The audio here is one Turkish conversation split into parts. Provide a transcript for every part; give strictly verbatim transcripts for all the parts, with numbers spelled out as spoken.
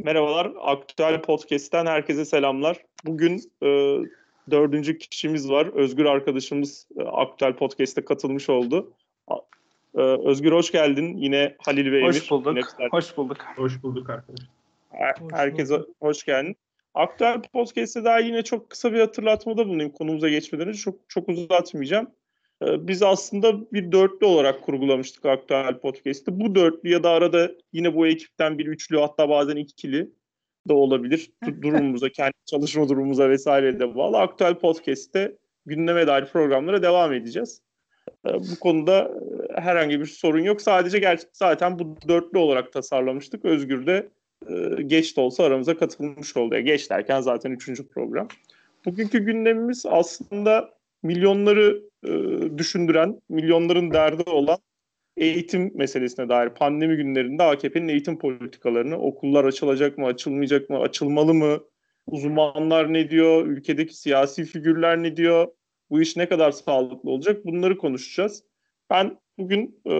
Merhabalar, Aktüel Podcast'ten herkese selamlar. Bugün e, dördüncü kişimiz var. Özgür arkadaşımız e, Aktüel Podcast'e katılmış oldu. A- e, Özgür hoş geldin. Yine Halil ve Hoş Emir. Yine bulduk. bizler. Hoş bulduk. Hoş bulduk arkadaşlar. Her- Hoş herkese bulduk. hoş geldin. Aktüel Podcast'te daha yine çok kısa bir hatırlatmada bulunayım konumuza geçmeden önce. Çok, çok uzatmayacağım. E, biz aslında bir dörtlü olarak kurgulamıştık Aktüel Podcast'ı. Bu dörtlü ya da arada yine bu ekipten bir üçlü, hatta bazen ikili da olabilir. Du- Durumumuza, kendi çalışma durumumuza vesaire de bağlı. Aktüel Podcast'te gündeme dair programlara devam edeceğiz. E, Bu konuda e, herhangi bir sorun yok. Sadece ger- zaten bu dörtlü olarak tasarlamıştık. Özgür de e, geç de olsa aramıza katılmış oldu. Yani geç derken zaten üçüncü program. Bugünkü gündemimiz aslında milyonları e, düşündüren, milyonların derdi olan eğitim meselesine dair. Pandemi günlerinde A K P'nin eğitim politikalarını, okullar açılacak mı, açılmayacak mı, açılmalı mı, uzmanlar ne diyor, ülkedeki siyasi figürler ne diyor, bu iş ne kadar sağlıklı olacak, bunları konuşacağız. Ben bugün e,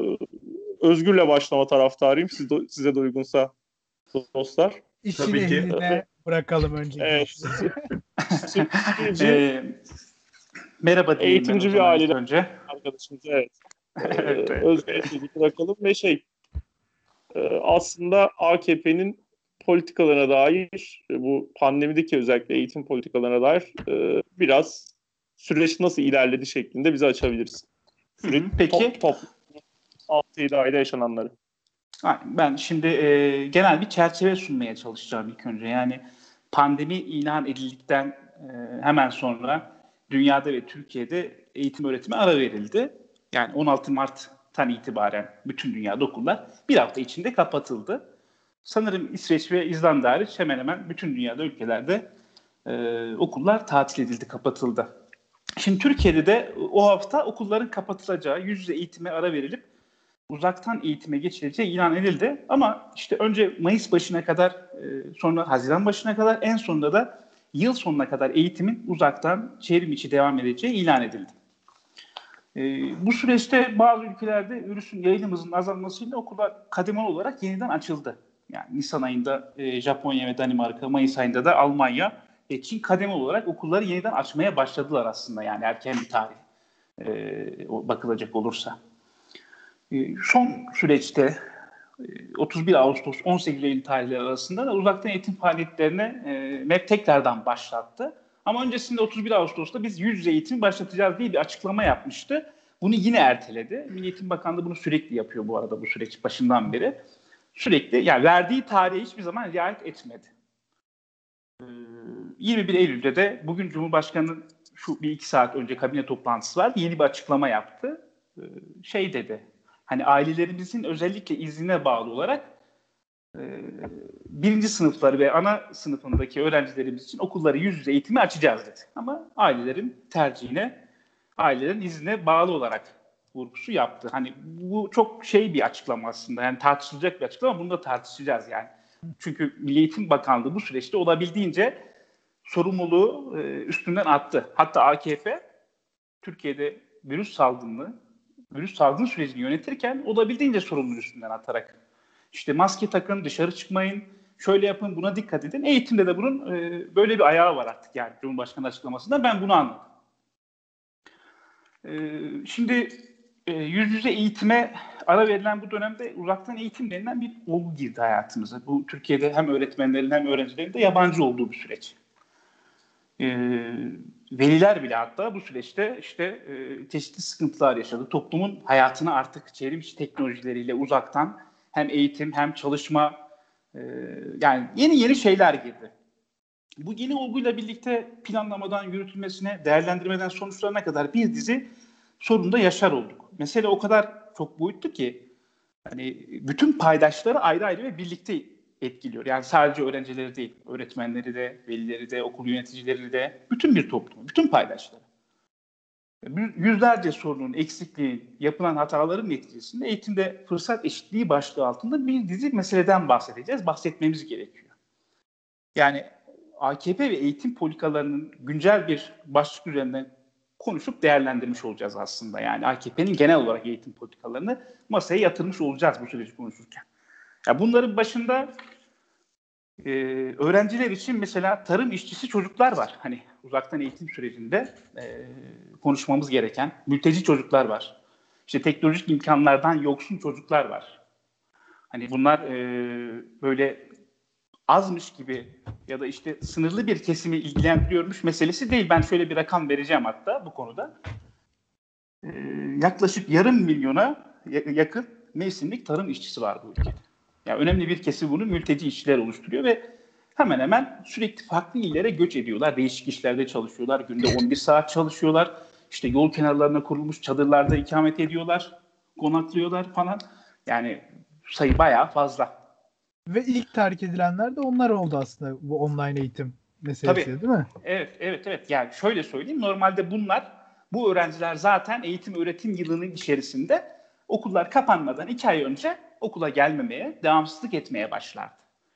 Özgür'le başlama taraftarıyım, siz de, size de uygunsa dostlar. İşin Tabii ki. ehline bırakalım önce. Evet. Stratejci, Ee, merhaba diyeyim eğitimci ben o bir zaman ilk aile önce. arkadaşımız, evet. Ee, Evet, evet. Özgür'e sözü bırakalım ve şey, e, aslında A K P'nin politikalarına dair, e, bu pandemideki özellikle eğitim politikalarına dair e, biraz süreç nasıl ilerledi şeklinde bize açabiliriz. Süreç, Hı hı, peki. top, top altı yedi ayda yaşananları. Aynen. Ben şimdi e, genel bir çerçeve sunmaya çalışacağım ilk önce. Yani pandemi ilan edildikten e, hemen sonra dünyada ve Türkiye'de eğitim öğretime ara verildi. Yani on altı Mart'tan itibaren bütün dünyada okullar bir hafta içinde kapatıldı. Sanırım İsveç ve İzlanda hariç hemen hemen bütün dünyada ülkelerde e, okullar tatil edildi, kapatıldı. Şimdi Türkiye'de de o hafta okulların kapatılacağı, yüz yüze eğitime ara verilip uzaktan eğitime geçileceği ilan edildi. Ama işte önce Mayıs başına kadar, sonra Haziran başına kadar, en sonunda da yıl sonuna kadar eğitimin uzaktan çevrim içi devam edeceği ilan edildi. Bu süreçte bazı ülkelerde virüsün yayılım hızının azalmasıyla okullar kademeli olarak yeniden açıldı. Yani Nisan ayında Japonya ve Danimarka, Mayıs ayında da Almanya ve Çin kademeli olarak okulları yeniden açmaya başladılar aslında, yani erken bir tarih bakılacak olursa. Son süreçte otuz bir Ağustos on sekiz Eylül tarihleri arasında da uzaktan eğitim faaliyetlerine M E P tekrardan başlattı. Ama öncesinde otuz bir Ağustos'ta biz yüz yüze eğitimi başlatacağız diye bir açıklama yapmıştı. Bunu yine erteledi. Milli Eğitim Bakanlığı bunu sürekli yapıyor bu arada, bu süreç başından beri. Sürekli, yani verdiği tarihe hiçbir zaman riayet etmedi. yirmi bir Eylül'de de bugün Cumhurbaşkanı'nın şu bir iki saat önce kabine toplantısı vardı. Yeni bir açıklama yaptı. Şey dedi, hani ailelerimizin özellikle iznine bağlı olarak e, birinci sınıfları ve ana sınıfındaki öğrencilerimiz için okulları yüz yüze eğitimi açacağız dedi. Ama ailelerin tercihine, ailelerin iznine bağlı olarak vurgusu yaptı. Hani bu çok şey bir açıklama aslında. Yani tartışılacak bir açıklama. Bunu da tartışacağız yani. Çünkü Milli Eğitim Bakanlığı bu süreçte olabildiğince sorumluluğu e, üstünden attı. Hatta A K P Türkiye'de virüs salgını, virüs salgın sürecini yönetirken olabildiğince sorumluluğu üstünden atarak, işte maske takın, dışarı çıkmayın, şöyle yapın, buna dikkat edin. Eğitimde de bunun e, böyle bir ayağı var artık, yani Cumhurbaşkanı açıklamasında ben bunu anladım. E, şimdi e, yüz yüze eğitime ara verilen bu dönemde uzaktan eğitim denilen bir olgu girdi hayatımıza. Bu Türkiye'de hem öğretmenlerin hem öğrencilerin de yabancı olduğu bir süreç. E, veliler bile hatta bu süreçte işte e, çeşitli sıkıntılar yaşadı. Toplumun hayatına artık çevrim içi teknolojileriyle uzaktan hem eğitim hem çalışma, e, yani yeni yeni şeyler girdi. Bu yeni olguyla birlikte planlamadan yürütülmesine, değerlendirmeden sonuçlarına kadar bir dizi sorunda yaşar olduk. Mesele o kadar çok boyutlu ki hani bütün paydaşları ayrı ayrı ve birlikte etkiliyor. Yani sadece öğrencileri değil, öğretmenleri de, velileri de, okul yöneticileri de, bütün bir toplum, bütün paydaşları. Yüzlerce sorunun, eksikliğin, yapılan hataların neticesinde eğitimde fırsat eşitliği başlığı altında bir dizi meseleden bahsedeceğiz, bahsetmemiz gerekiyor. Yani A K P ve eğitim politikalarının güncel bir başlık üzerinden konuşup değerlendirmiş olacağız aslında. Yani A K P'nin genel olarak eğitim politikalarını masaya yatırmış olacağız bu süreci konuşurken. Ya bunların başında Ee, öğrenciler için mesela tarım işçisi çocuklar var. Hani uzaktan eğitim sürecinde e, konuşmamız gereken mülteci çocuklar var. İşte teknolojik imkanlardan yoksun çocuklar var. Hani bunlar e, böyle azmış gibi ya da işte sınırlı bir kesimi ilgilendiriyormuş meselesi değil. Ben şöyle bir rakam vereceğim hatta bu konuda. Ee, yaklaşık yarım milyona yakın mevsimlik tarım işçisi var bu ülkede. Yani önemli bir kesim bunu mülteci işçiler oluşturuyor ve hemen hemen sürekli farklı illere göç ediyorlar. Değişik işlerde çalışıyorlar. Günde on bir saat çalışıyorlar. İşte yol kenarlarına kurulmuş çadırlarda ikamet ediyorlar. Konaklıyorlar falan. Yani sayı bayağı fazla. Ve ilk terk edilenler de onlar oldu aslında bu online eğitim meselesi, Tabii. değil mi? Evet, evet, evet. Yani şöyle söyleyeyim. Normalde bunlar, bu öğrenciler zaten eğitim öğretim yılının içerisinde okullar kapanmadan iki ay önce okula gelmemeye, devamsızlık etmeye başlardı.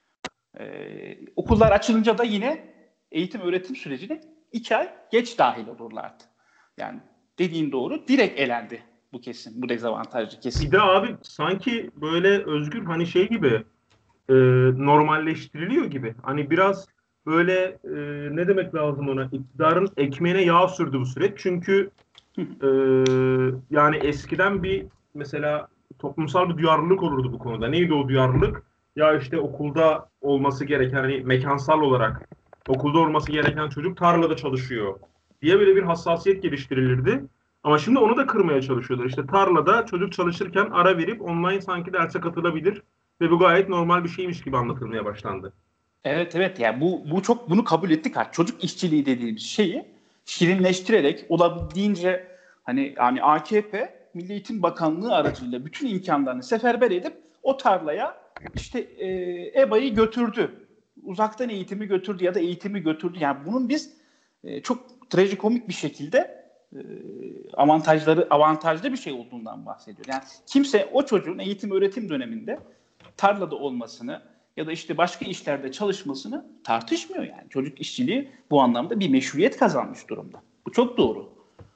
Ee, okullar açılınca da yine eğitim öğretim sürecine iki ay geç dahil olurlardı. Yani dediğin doğru, direkt elendi bu kesim, bu dezavantajlı kesim. Bir de abi sanki böyle Özgür hani şey gibi e, normalleştiriliyor gibi. Hani biraz böyle e, ne demek lazım ona? İktidarın ekmeğine yağ sürdü bu süreç. Çünkü e, yani eskiden bir mesela toplumsal bir duyarlılık olurdu bu konuda. Neydi o duyarlılık? Ya işte okulda olması gereken hani mekansal olarak okulda olması gereken çocuk tarlada çalışıyor diye böyle bir hassasiyet geliştirilirdi. Ama şimdi onu da kırmaya çalışıyorlar. İşte tarlada çocuk çalışırken ara verip online sanki derse katılabilir ve bu gayet normal bir şeymiş gibi anlatılmaya başlandı. Evet, evet, yani bu bu çok, bunu kabul ettik artık. Çocuk işçiliği dediğimiz şeyi şirinleştirerek olabildiğince, hani yani A K P Milli Eğitim Bakanlığı aracılığıyla bütün imkanlarını seferber edip o tarlaya işte e, E B A'yı götürdü. Uzaktan eğitimi götürdü ya da eğitimi götürdü. Yani bunun biz e, çok trajikomik bir şekilde e, avantajları avantajlı bir şey olduğundan bahsediyor. Yani kimse o çocuğun eğitim öğretim döneminde tarlada olmasını ya da işte başka işlerde çalışmasını tartışmıyor yani. Çocuk işçiliği bu anlamda bir meşruiyet kazanmış durumda. Bu çok doğru.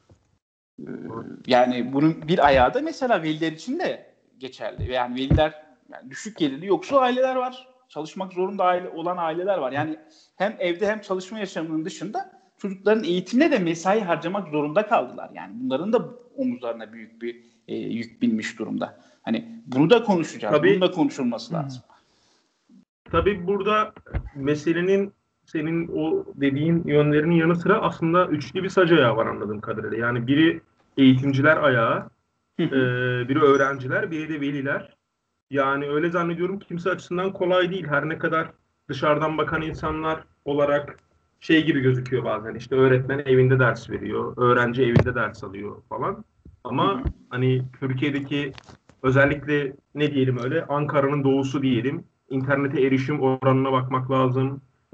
Ee, yani bunun bir ayağı da mesela veliler için de geçerli. Yani veliler, yani düşük gelirli yoksul aileler var. Çalışmak zorunda aile, olan aileler var. Yani hem evde hem çalışma yaşamının dışında çocukların eğitimine de mesai harcamak zorunda kaldılar. Yani bunların da omuzlarına büyük bir e, yük binmiş durumda. Hani bunu da konuşacağız. Tabii, bunun da konuşulması lazım. Tabii burada meselenin senin o dediğin yönlerinin yanı sıra aslında üçlü bir sac ayağı var anladığım kadarıyla. Yani biri eğitimciler ayağı, e, biri öğrenciler, biri de veliler. Yani öyle zannediyorum kimse açısından kolay değil. Her ne kadar dışarıdan bakan insanlar olarak şey gibi gözüküyor bazen. İşte öğretmen evinde ders veriyor, öğrenci evinde ders alıyor falan. Ama hani Türkiye'deki özellikle ne diyelim öyle Ankara'nın doğusu diyelim. İnternete erişim oranına bakmak lazım. Ee,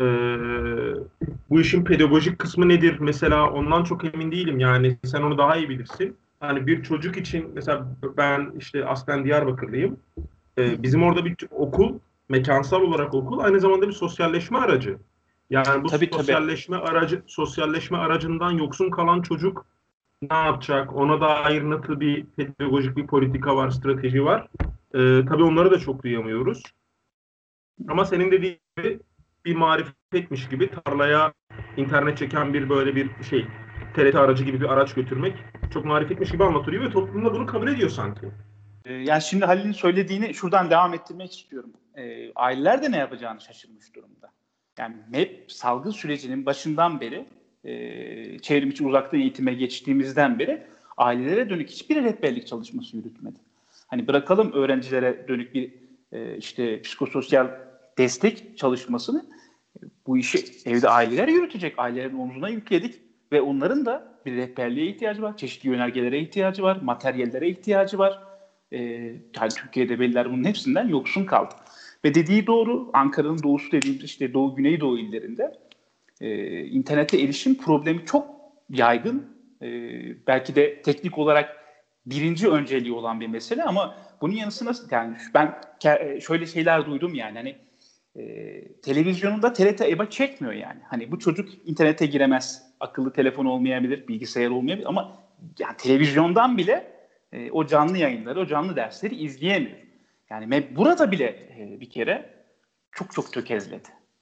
bu işin pedagojik kısmı nedir? Mesela ondan çok emin değilim. Yani sen onu daha iyi bilirsin. Hani bir çocuk için mesela ben işte aslen Diyarbakırlıyım. Ee, bizim orada bir okul, mekansal olarak okul aynı zamanda bir sosyalleşme aracı. Yani bu Tabii, tabii. sosyalleşme aracı, sosyalleşme aracından yoksun kalan çocuk ne yapacak? Ona dair nasıl bir pedagojik bir politika var, strateji var? Ee, tabii onları da çok duyamıyoruz. Ama senin dediğin gibi bir marifetmiş gibi tarlaya internet çeken bir böyle bir şey, T R T aracı gibi bir araç götürmek çok marifetmiş gibi anlatılıyor ve toplumda bunu kabul ediyor sanki. Ee, yani şimdi Halil'in söylediğini şuradan devam ettirmek istiyorum. Ee, aileler de ne yapacağını şaşırmış durumda. Yani M E P salgın sürecinin başından beri, e, çevrim içi uzaktan eğitime geçtiğimizden beri ailelere dönük hiçbir rehberlik çalışması yürütmedi. Hani bırakalım öğrencilere dönük bir e, işte psikososyal destek çalışmasını, bu işi evde aileler yürütecek. Ailelerin omzuna yükledik ve onların da bir rehberliğe ihtiyacı var. Çeşitli yönergelere ihtiyacı var. Materyallere ihtiyacı var. Ee, yani Türkiye'de veliler bunun hepsinden yoksun kaldı. Ve dediği doğru, Ankara'nın doğusu dediğimiz işte Doğu Güneydoğu illerinde e, internete erişim problemi çok yaygın. E, belki de teknik olarak birinci önceliği olan bir mesele ama bunun yanı sıra yani ben şöyle şeyler duydum yani hani e, televizyonunda T R T E B A çekmiyor yani. Hani bu çocuk internete giremez, akıllı telefon olmayabilir, bilgisayar olmayabilir ama yani televizyondan bile e, o canlı yayınları, o canlı dersleri izleyemiyor. Yani burada bile e, bir kere çok çok tökezledi.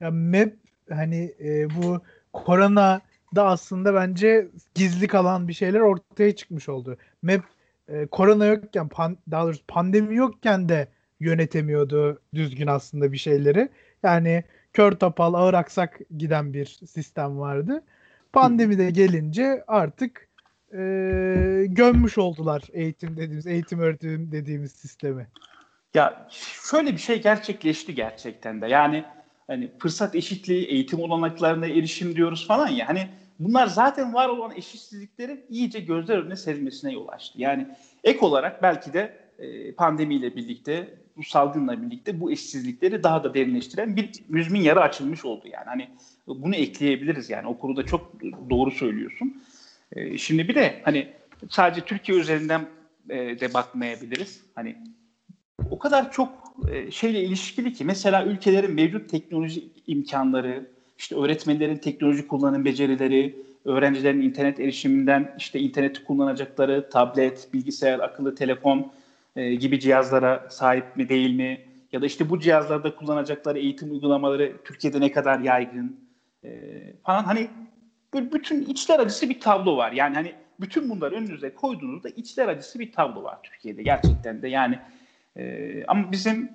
Ya M E P hani e, bu korona da aslında bence gizli kalan bir şeyler ortaya çıkmış oldu. M E P e, korona yokken pan, daha doğrusu pandemi yokken de yönetemiyordu düzgün aslında bir şeyleri. Yani kör topal ağır aksak giden bir sistem vardı. Pandemi de gelince artık e, gömmüş oldular eğitim dediğimiz, eğitim öğretim dediğimiz sistemi. Ya şöyle bir şey gerçekleşti gerçekten de. Yani hani fırsat eşitliği, eğitim olanaklarına erişim diyoruz falan ya. Hani bunlar zaten var olan eşitsizliklerin iyice gözler önüne serilmesine yol açtı. Yani ek olarak belki de e, pandemiyle birlikte, bu salgınla birlikte bu eşitsizlikleri daha da derinleştiren bir müzmin yara açılmış oldu yani. Hani bunu ekleyebiliriz yani. O konuda çok doğru söylüyorsun. E, şimdi bir de hani sadece Türkiye üzerinden e, de bakmayabiliriz. Hani o kadar çok e, şeyle ilişkili ki mesela ülkelerin mevcut teknoloji imkanları, işte öğretmenlerin teknoloji kullanım becerileri, öğrencilerin internet erişiminden işte interneti kullanacakları tablet, bilgisayar, akıllı telefon e, gibi cihazlara sahip mi değil mi? Ya da işte bu cihazlarda kullanacakları eğitim uygulamaları Türkiye'de ne kadar yaygın e, falan hani böyle bütün içler acısı bir tablo var. Yani hani bütün bunları önünüze koyduğunuzda içler acısı bir tablo var Türkiye'de gerçekten de yani. Ee, ama bizim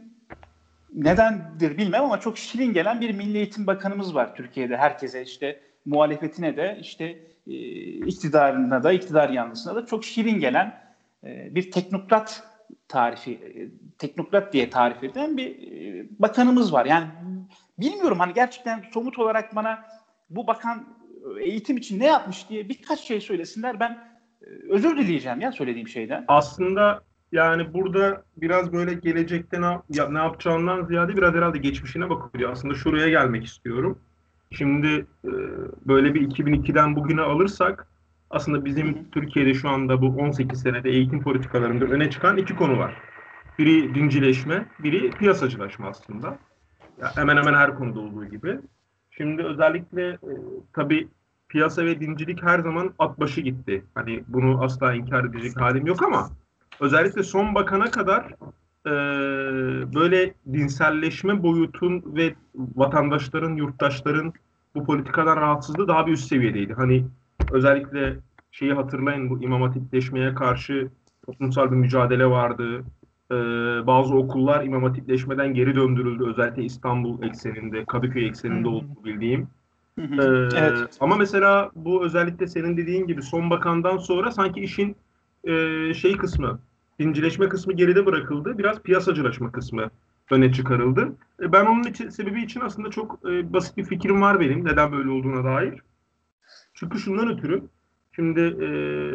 nedendir bilmem ama çok şirin gelen bir Milli Eğitim Bakanımız var Türkiye'de. Herkese işte muhalefetine de işte e, iktidarına da iktidar yanlısına da çok şirin gelen e, bir teknokrat tarifi, e, teknokrat diye tarif edilen bir e, bakanımız var. Yani bilmiyorum hani gerçekten somut olarak bana bu bakan eğitim için ne yapmış diye birkaç şey söylesinler ben e, özür dileyeceğim ya söylediğim şeyden. Aslında yani burada biraz böyle gelecekte ne, yap- ya, ne yapacağından ziyade biraz herhalde geçmişine bakılıyor. Aslında şuraya gelmek istiyorum. Şimdi e, böyle bir iki bin ikiden bugüne alırsak aslında bizim Hı hı. Türkiye'de şu anda bu on sekiz senede eğitim politikalarında öne çıkan iki konu var. Biri dincileşme, biri piyasacılaşma aslında. Ya hemen hemen her konuda olduğu gibi. Şimdi özellikle e, tabii piyasa ve dincilik her zaman at başı gitti. Hani bunu asla inkar edecek halim yok ama özellikle son bakana kadar e, böyle dinselleşme boyutun ve vatandaşların, yurttaşların bu politikadan rahatsızlığı daha bir üst seviyedeydi. Hani özellikle şeyi hatırlayın, bu imam hatipleşmeye karşı toplumsal bir mücadele vardı. Ee, bazı okullar imam hatipleşmeden geri döndürüldü. Özellikle İstanbul ekseninde, Kadıköy ekseninde olduğunu bildiğim. Hı Ee, hı. Evet. ama mesela bu özellikle senin dediğin gibi son bakandan sonra sanki işin e, şey kısmı, dincileşme kısmı geride bırakıldı. Biraz piyasacılaşma kısmı öne çıkarıldı. E, ben onun için, sebebi için aslında çok e, basit bir fikrim var benim. Neden böyle olduğuna dair. Çünkü şundan ötürü, şimdi e,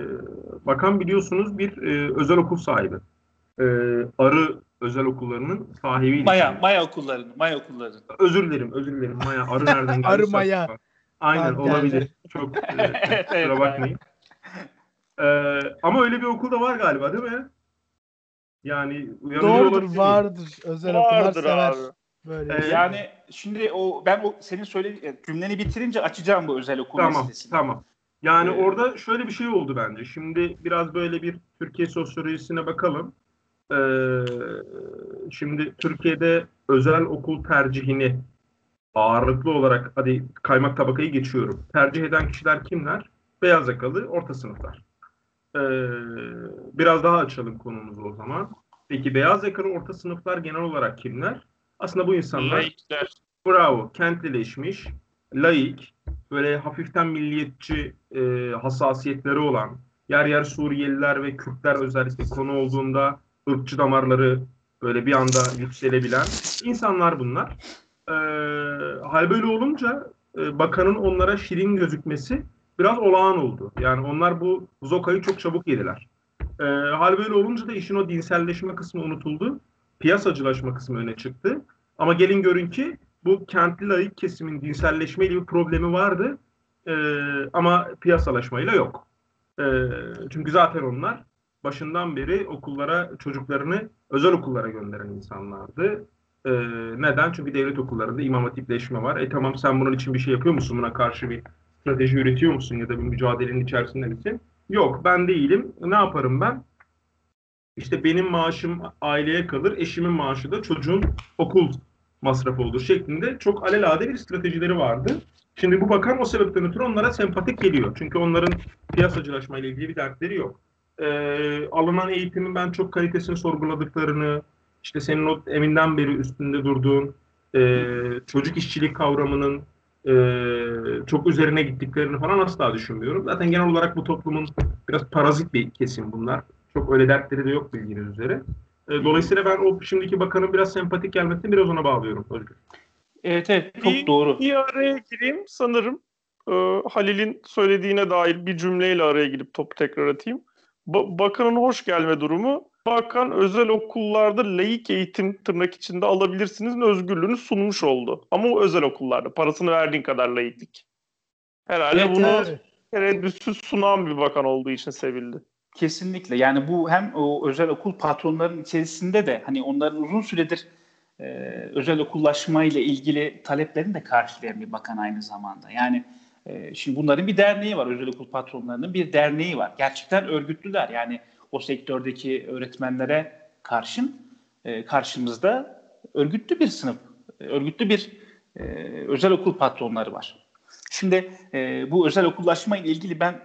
bakan biliyorsunuz bir e, özel okul sahibi. E, Arı özel okullarının sahibiydi Maya, kendisi. Maya okullarını, Maya okullarını. Özür dilerim, özür dilerim. Maya, arı nereden geldi? Arımaya. Aynen Tamam, geldi. olabilir. Çok e, Evet, evet, kusura bakmayın. E, ama öyle bir okul da var galiba değil mi? Yani uyanılıyor Doğrudur, olabilir miyim? vardır. Özel okullar Vardır sever abi. böyle E, işleri. Yani şimdi o ben o senin söylediğin cümleni bitirince açacağım bu özel okul tamam, meselesini. tamam. Yani Ee, orada şöyle bir şey oldu bence. Şimdi biraz böyle bir Türkiye sosyolojisine bakalım. E, şimdi Türkiye'de özel okul tercihini ağırlıklı olarak, hadi kaymak tabakayı geçiyorum, tercih eden kişiler kimler? Beyaz yakalı orta sınıflar. Ee, biraz daha açalım konumuzu o zaman. Peki beyaz yakalı orta sınıflar genel olarak kimler? Aslında bu insanlar, Laikler. bravo, kentlileşmiş, laik, böyle hafiften milliyetçi e, hassasiyetleri olan, yer yer Suriyeliler ve Kürtler özellikle konu olduğunda ırkçı damarları böyle bir anda yükselebilen insanlar bunlar. E, hal böyle olunca e, bakanın onlara şirin gözükmesi biraz olağan oldu. Yani onlar bu zokayı çok çabuk yediler. E, hal böyle olunca da işin o dinselleşme kısmı unutuldu. Piyasacılaşma kısmı öne çıktı. Ama gelin görün ki bu kentli laik kesimin dinselleşmeyle bir problemi vardı. E, ama piyasalaşmayla yok. E, çünkü zaten onlar başından beri okullara çocuklarını özel okullara gönderen insanlardı. E, neden? Çünkü devlet okullarında imam hatipleşme var. E tamam, sen bunun için bir şey yapıyor musun? Buna karşı bir strateji üretiyor musun? Ya da bir mücadelenin içerisinde misin? Yok, ben değilim. Ne yaparım ben? İşte benim maaşım aileye kalır, eşimin maaşı da çocuğun okul masrafı olur şeklinde çok alelade bir stratejileri vardı. Şimdi bu bakan o sebepten ötürü onlara sempatik geliyor. Çünkü onların piyasacılaşma ile ilgili bir dertleri yok. Ee, alınan eğitimin ben çok kalitesini sorguladıklarını, işte senin o eminden beri üstünde durduğun e, çocuk işçilik kavramının e, çok üzerine gittiklerini falan asla düşünmüyorum. Zaten genel olarak bu toplumun biraz parazit bir kesim bunlar. Çok öyle dertleri de yok bildiğiniz üzere. E, dolayısıyla ben o şimdiki bakanın biraz sempatik gelmesini biraz ona bağlıyorum. Özgür. Evet evet çok Bir, doğru. bir araya gireyim sanırım. Ee, Halil'in söylediğine dair bir cümleyle araya girip topu tekrar atayım. Ba- Bakanın hoş gelme durumu, bakan özel okullarda laik eğitim tırnak içinde alabilirsiniz özgürlüğünü sunmuş oldu. Ama o özel okullarda parasını verdiğin kadar laiklik. Herhalde Evet, bunu evet. tereddütsüz sunan bir bakan olduğu için sevildi. Kesinlikle. Yani bu hem o özel okul patronlarının içerisinde de hani onların uzun süredir e, özel okullaşma ile ilgili taleplerini de karşılayan bir bakan aynı zamanda. Yani e, şimdi bunların bir derneği var. Özel okul patronlarının bir derneği var. Gerçekten örgütlüler. Yani o sektördeki öğretmenlere karşın e, karşımızda örgütlü bir sınıf, e, örgütlü bir e, özel okul patronları var. Şimdi e, bu özel okullaşma ile ilgili ben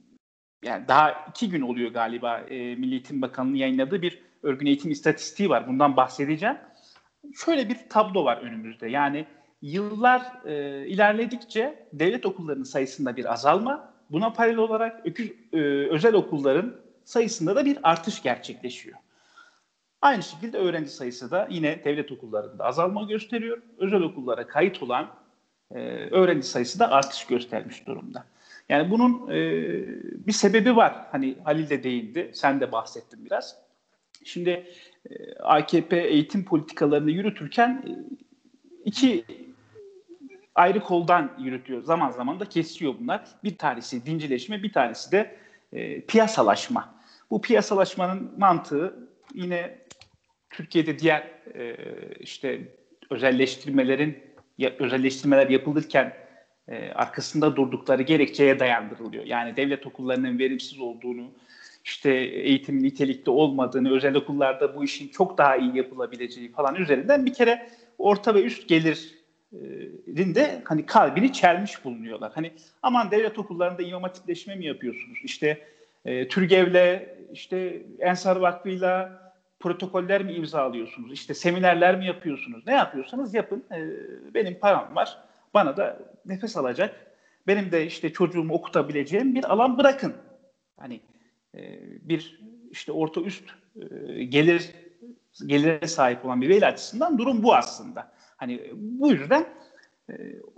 yani daha iki gün oluyor galiba e, Milli Eğitim Bakanlığı'nın yayınladığı bir örgün eğitim istatistiği var. Bundan bahsedeceğim. Şöyle bir tablo var önümüzde. Yani yıllar e, ilerledikçe devlet okullarının sayısında bir azalma, buna paralel olarak öküz, e, özel okulların sayısında da bir artış gerçekleşiyor. Aynı şekilde öğrenci sayısı da yine devlet okullarında azalma gösteriyor. Özel okullara kayıt olan e, öğrenci sayısı da artış göstermiş durumda. Yani bunun e, bir sebebi var. Hani Halil de değindi, sen de bahsettin biraz. Şimdi e, A K P eğitim politikalarını yürütürken e, iki ayrı koldan yürütüyor. Zaman zaman da kesiyor bunlar. Bir tanesi dincileşme, bir tanesi de e, piyasalaşma. Bu piyasalaşmanın mantığı yine Türkiye'de diğer e, işte özelleştirmelerin ya, özelleştirmeler yapılırken e, arkasında durdukları gerekçeye dayandırılıyor. Yani devlet okullarının verimsiz olduğunu, işte eğitim nitelikli olmadığını, özel okullarda bu işin çok daha iyi yapılabileceği falan üzerinden bir kere orta ve üst gelirin de hani kalbini çelmiş bulunuyorlar. Hani aman devlet okullarında imam hatipleşme mi yapıyorsunuz? İşte e, TÜRGEV'le, işte Ensar Vakfı'yla protokoller mi imzalıyorsunuz? İşte seminerler mi yapıyorsunuz? Ne yapıyorsanız yapın. E, benim param var. Bana da nefes alacak. Benim de işte çocuğumu okutabileceğim bir alan bırakın. Hani e, bir işte orta üst e, gelir gelire sahip olan bir veli açısından durum bu aslında. Hani bu yüzden e,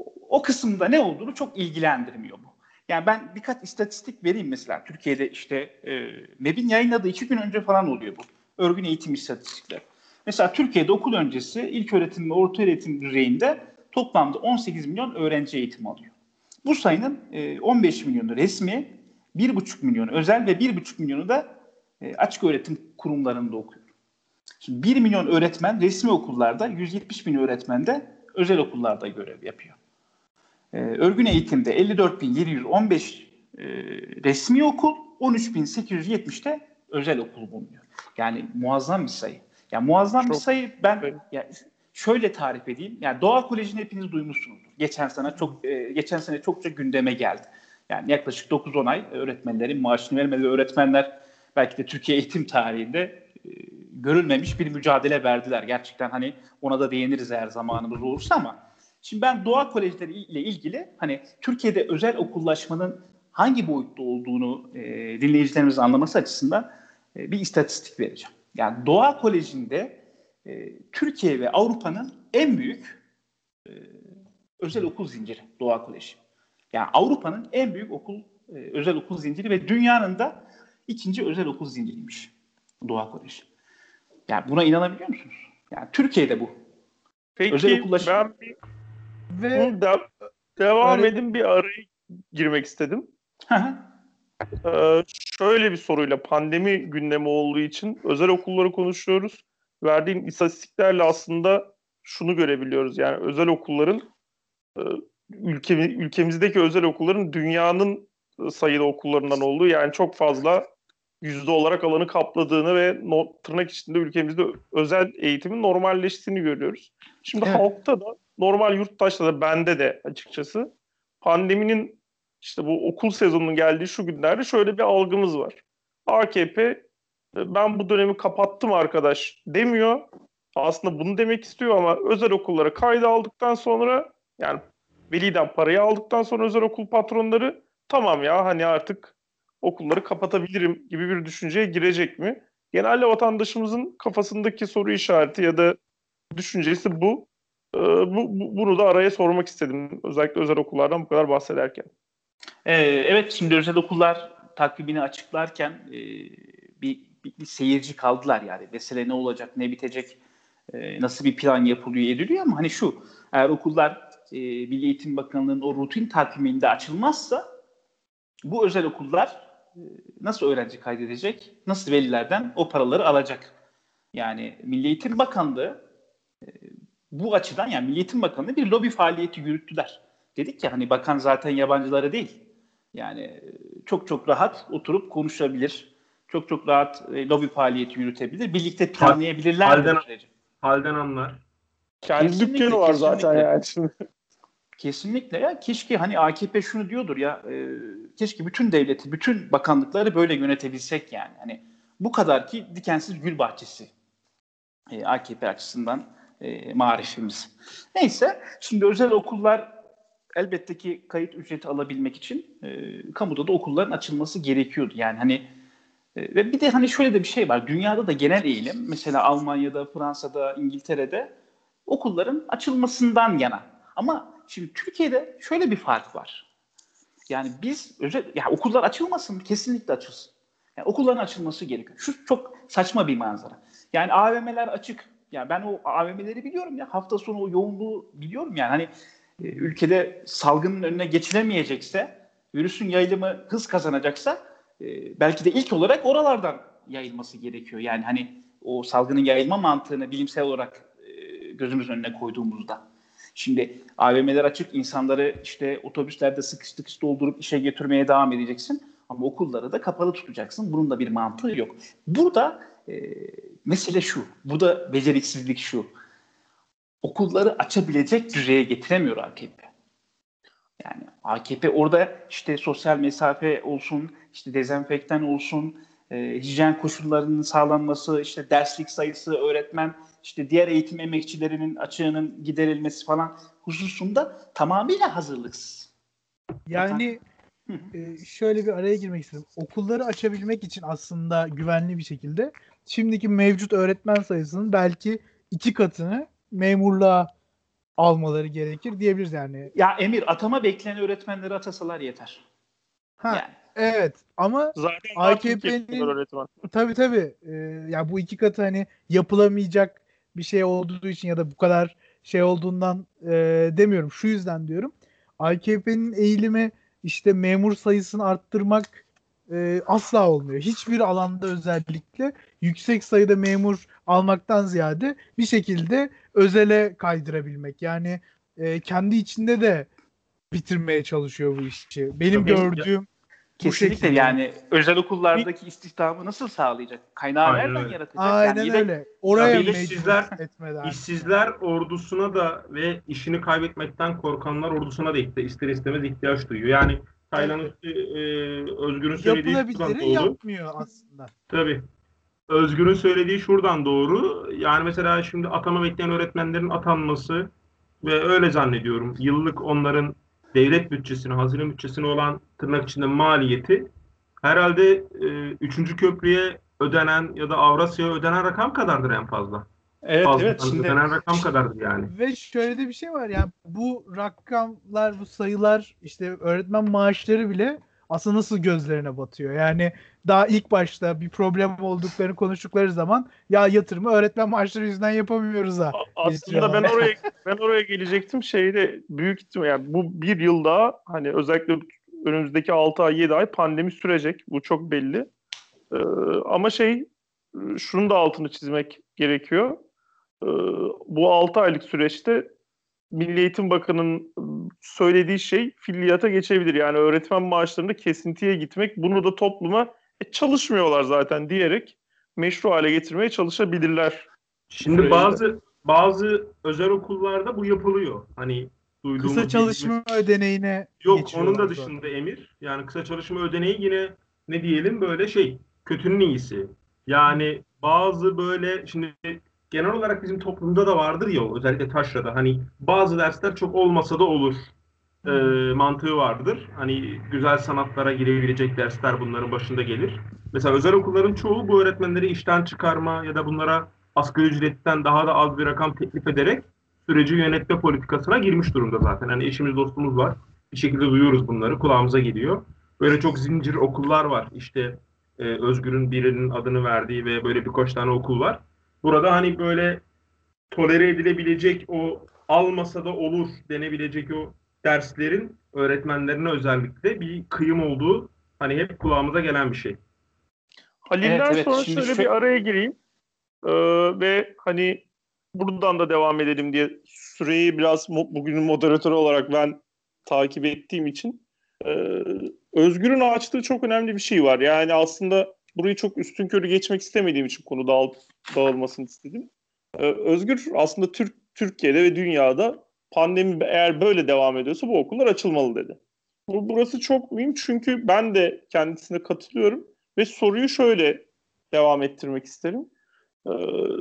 o kısımda ne olduğunu çok ilgilendirmiyor bu. Yani ben birkaç istatistik vereyim mesela. Türkiye'de işte e, M E B'in yayınladığı iki gün önce falan oluyor bu. Örgün eğitim istatistikleri. Mesela Türkiye'de okul öncesi ilköğretim ve ortaöğretim düzeyinde toplamda on sekiz milyon öğrenci eğitim alıyor. Bu sayının e, on beş milyonu resmi, bir buçuk milyon özel ve bir buçuk milyonu da e, açık öğretim kurumlarında okuyor. Şimdi bir milyon öğretmen resmi okullarda, yüz yetmiş bin öğretmen de özel okullarda görev yapıyor. Ee, örgün eğitimde elli dört bin yedi yüz on beş e, resmi okul, on üç bin sekiz yüz yetmiş de özel okul bulunuyor. Yani muazzam bir sayı. Yani muazzam Çok bir sayı. Ben evet. ya, şöyle tarif edeyim. Yani Doğa Koleji'ni hepiniz duymuşsunuzdur. Geçen sene çok e, geçen sene çokça gündeme geldi. Yani yaklaşık dokuz on ay öğretmenlerin maaşını vermedi. Öğretmenler belki de Türkiye eğitim tarihinde e, görülmemiş bir mücadele verdiler. Gerçekten hani ona da değiniriz eğer zamanımız olursa ama şimdi ben Doğa Kolejleri ile ilgili hani Türkiye'de özel okullaşmanın hangi boyutta olduğunu e, dinleyicilerimizin anlaması açısından e, bir istatistik vereceğim. Yani Doğa Koleji'nde e, Türkiye ve Avrupa'nın en büyük e, özel okul zinciri Doğa Koleji. Yani Avrupa'nın en büyük okul e, özel okul zinciri ve dünyanın da ikinci özel okul zinciriymiş Doğa Koleji. Yani buna inanabiliyor musunuz? Yani Türkiye'de bu. Özel Peki okullaşma. ben bir Ve Hı, de- devam öğret edin bir araya girmek istedim. Ee, şöyle bir soruyla pandemi gündemi olduğu için özel okulları konuşuyoruz. Verdiğin istatistiklerle aslında şunu görebiliyoruz. Yani özel okulların e, ülkemi, ülkemizdeki özel okulların dünyanın sayılı okullarından olduğu yani çok fazla yüzde olarak alanı kapladığını ve no, tırnak içinde ülkemizde özel eğitimin normalleştiğini görüyoruz. Şimdi Evet. halkta da normal yurttaşta da bende de açıkçası pandeminin işte bu okul sezonunun geldiği şu günlerde şöyle bir algımız var. A K P ben bu dönemi kapattım arkadaş demiyor. Aslında bunu demek istiyor ama özel okullara kayda aldıktan sonra yani veliden parayı aldıktan sonra özel okul patronları tamam ya hani artık okulları kapatabilirim gibi bir düşünceye girecek mi? Genelde vatandaşımızın kafasındaki soru işareti ya da düşüncesi bu. Ee, bu, bu- Bunu da araya sormak istedim. Özellikle özel okullardan bu kadar bahsederken. Ee, evet, şimdi özel okullar takvimini açıklarken e, bir, bir, bir seyirci kaldılar yani. Mesele ne olacak, ne bitecek, e, nasıl bir plan yapılıyor, ediliyor ama hani şu, eğer okullar e, Milli Eğitim Bakanlığı'nın o rutin takviminde açılmazsa bu özel okullar e, nasıl öğrenci kaydedecek, nasıl velilerden o paraları alacak? Yani Milli Eğitim Bakanlığı e, bu açıdan, yani Milli Eğitim Bakanlığı bir lobi faaliyeti yürüttüler. Dedik ya hani bakan zaten yabancılara değil. Yani e, çok çok rahat oturup konuşabilir. Çok çok rahat e, lobi faaliyeti yürütebilir. Birlikte planlayabilirler halden, bu süreci. halden anlar. Kendi dükkanı Kesinlikle, var zaten kesinlikle. yani şimdi. Kesinlikle ya, keşke hani A K P şunu diyordur ya, e, keşke bütün devleti, bütün bakanlıkları böyle yönetebilsek yani. Hani bu kadar ki dikensiz gül bahçesi e, A K P açısından e, marifimiz. Neyse, şimdi özel okullar elbette ki kayıt ücreti alabilmek için e, kamuda da okulların açılması gerekiyordu. Yani hani e, ve bir de hani şöyle de bir şey var. Dünyada da genel eğilim, mesela Almanya'da, Fransa'da, İngiltere'de okulların açılmasından yana. Ama şimdi Türkiye'de şöyle bir fark var. Yani biz özel, ya okullar açılmasın, kesinlikle açılsın. Yani okulların açılması gerekiyor. Şu çok saçma bir manzara. Yani A V M'ler açık. Yani ben o A V M'leri biliyorum ya. Hafta sonu o yoğunluğu biliyorum yani. Hani e, ülkede salgının önüne geçilemeyecekse, virüsün yayılımı hız kazanacaksa e, belki de ilk olarak oralardan yayılması gerekiyor. Yani hani o salgının yayılma mantığını bilimsel olarak e, gözümüz önüne koyduğumuzda. Şimdi A V M'ler açık, insanları işte otobüslerde sıkış sıkış doldurup işe götürmeye devam edeceksin. Ama okulları da kapalı tutacaksın. Bunun da bir mantığı yok. Burada e, mesele şu, burada beceriksizlik şu. Okulları açabilecek düzeye getiremiyor A K P. Yani A K P orada işte sosyal mesafe olsun, işte dezenfektan olsun, e, hijyen koşullarının sağlanması, işte derslik sayısı, öğretmen, işte diğer eğitim emekçilerinin açığının giderilmesi falan hususunda tamamıyla hazırlıksız. Yani e, şöyle bir araya girmek istedim. Okulları açabilmek için aslında güvenli bir şekilde şimdiki mevcut öğretmen sayısının belki iki katını memurluğa almaları gerekir diyebiliriz yani. Ya Emir, atama bekleyen öğretmenleri atasalar yeter. Ha Yani. evet ama Zaten daha Türkiye kadar A K P'nin öğretmen. tabii tabii e, ya bu iki katı hani yapılamayacak bir şey olduğu için ya da bu kadar şey olduğundan e, demiyorum. Şu yüzden diyorum. A K P'nin eğilimi işte memur sayısını arttırmak e, asla olmuyor. Hiçbir alanda özellikle yüksek sayıda memur almaktan ziyade bir şekilde özele kaydırabilmek. Yani e, kendi içinde de bitirmeye çalışıyor bu işi. Benim Tabii. gördüğüm bu Kesinlikle, şekilde. yani özel okullardaki istihdamı nasıl sağlayacak? Kaynağı Aynen nereden öyle. yaratacak? Yani Aynen bir de öyle. Oraya Tabii mecbur işsizler etmeden. işsizler ordusuna da ve işini kaybetmekten korkanlar ordusuna da ihti- ister istemez ihtiyaç duyuyor. Yani Taylan Evet. e, Özgür'ün söylediği şuradan Yapılabiliri doğru. yapmıyor aslında. Tabii. Özgür'ün söylediği şuradan doğru. Yani mesela şimdi atama bekleyen öğretmenlerin atanması ve öyle zannediyorum yıllık onların devlet bütçesine, hazine bütçesine olan tırnak içinde maliyeti herhalde e, üçüncü köprüye ödenen ya da Avrasya'ya ödenen rakam kadardır en fazla. evet evet Fazladan şimdi ödenen rakam kadardır yani. Ve şöyle de bir şey var yani bu rakamlar, bu sayılar işte öğretmen maaşları bile aslında nasıl gözlerine batıyor. Yani daha ilk başta bir problem olduklarını konuştukları zaman ya yatırımı öğretmen maaşları yüzünden yapamıyoruz ha A- Aslında ben getiriyorlar. oraya ben oraya gelecektim. Şeyde büyük ihtimal yani bu bir yıl daha hani özellikle önümüzdeki altı ay yedi ay pandemi sürecek. Bu çok belli. Ee, ama şey şunu da altını çizmek gerekiyor. Ee, Bu altı aylık süreçte Milli Eğitim Bakanı'nın söylediği şey fiiliyata geçebilir. Yani öğretmen maaşlarında kesintiye gitmek. Bunu da topluma E, çalışmıyorlar zaten diyerek meşru hale getirmeye çalışabilirler. Şimdi Süreçte. bazı bazı özel okullarda bu yapılıyor. Hani duyduğumuz, Kısa çalışma ödeneğine yok onun geçiyorlar da zaten. dışında Emir. Yani kısa çalışma ödeneği yine ne diyelim böyle şey kötünün iyisi. Yani bazı böyle şimdi genel olarak bizim toplumda da vardır ya o, özellikle taşrada hani bazı dersler çok olmasa da olur e, mantığı vardır. Hani güzel sanatlara girebilecek dersler bunların başında gelir. Mesela özel okulların çoğu bu öğretmenleri işten çıkarma ya da bunlara asgari ücretten daha da az bir rakam teklif ederek süreci yönetme politikasına girmiş durumda zaten. Hani eşimiz dostumuz var. Bir şekilde duyuyoruz bunları. Kulağımıza geliyor. Böyle çok zincir okullar var. İşte e, Özgür'ün birinin adını verdiği ve böyle birkaç tane okul var. Burada hani böyle tolere edilebilecek o almasa da olur denebilecek o derslerin öğretmenlerine özellikle bir kıyım olduğu hani hep kulağımıza gelen bir şey. Halil'den Evet, evet. sonra Şimdi şöyle şu... bir araya gireyim. Ee, ve hani buradan da devam edelim diye süreyi biraz mo- bugünün moderatörü olarak ben takip ettiğim için e, Özgür'ün açtığı çok önemli bir şey var. Yani aslında burayı çok üstünkörü geçmek istemediğim için konu dağıl- dağılmasını istedim. Ee, Özgür aslında Türk Türkiye'de ve dünyada pandemi eğer böyle devam ediyorsa bu okullar açılmalı dedi. Bu, burası çok mühim çünkü ben de kendisine katılıyorum ve soruyu şöyle devam ettirmek isterim. Ee,